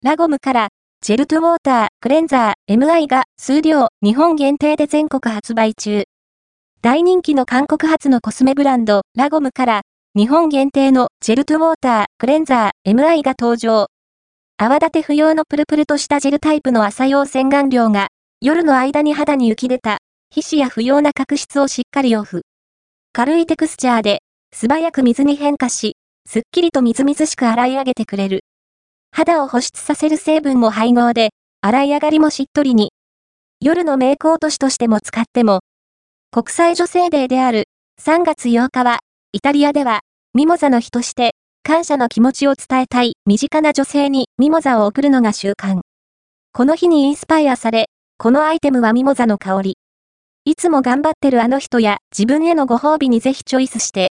ラゴムから、ジェルトウォータークレンザー MI が数量日本限定で全国発売中。大人気の韓国発のコスメブランドラゴムから、日本限定のジェルトウォータークレンザー MI が登場。泡立て不要のプルプルとしたジェルタイプの朝用洗顔料が、夜の間に肌に浮き出た、皮脂や不要な角質をしっかりオフ。軽いテクスチャーで、素早く水に変化し、すっきりとみずみずしく洗い上げてくれる。肌を保湿させる成分も配合で、洗い上がりもしっとりに。夜のメイク落としとしても使っても。国際女性デーである3月8日は、イタリアでは、ミモザの日として、感謝の気持ちを伝えたい身近な女性にミモザを贈るのが習慣。この日にインスパイアされ、このアイテムはミモザの香り。いつも頑張ってるあの人や自分へのご褒美にぜひチョイスして、